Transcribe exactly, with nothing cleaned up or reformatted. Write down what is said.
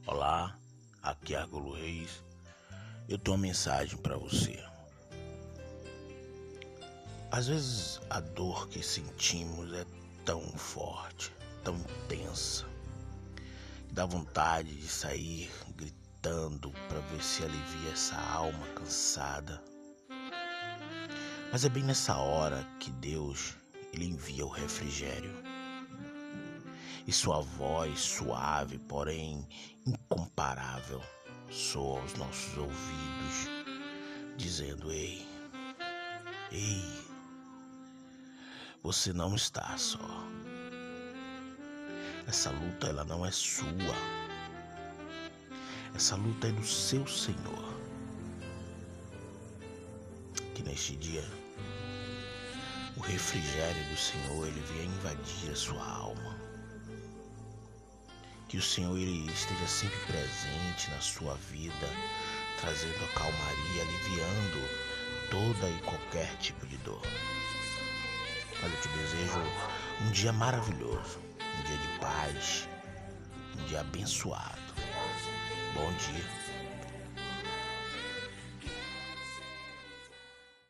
Olá, aqui é Argolo Reis. Eu tenho uma mensagem para você. Às vezes a dor que sentimos é tão forte, tão intensa, que dá vontade de sair gritando para ver se alivia essa alma cansada. Mas é bem nessa hora que Deus ele envia o refrigério. E sua voz suave, porém incomparável, soa aos nossos ouvidos, dizendo: Ei, ei, você não está só. Essa luta ela não é sua. Essa luta é do seu Senhor. Que neste dia o refrigério do Senhor ele venha invadir a sua alma. Que o Senhor ele esteja sempre presente na sua vida, trazendo a calmaria, aliviando toda e qualquer tipo de dor. Mas eu te desejo um dia maravilhoso, um dia de paz, um dia abençoado. Bom dia.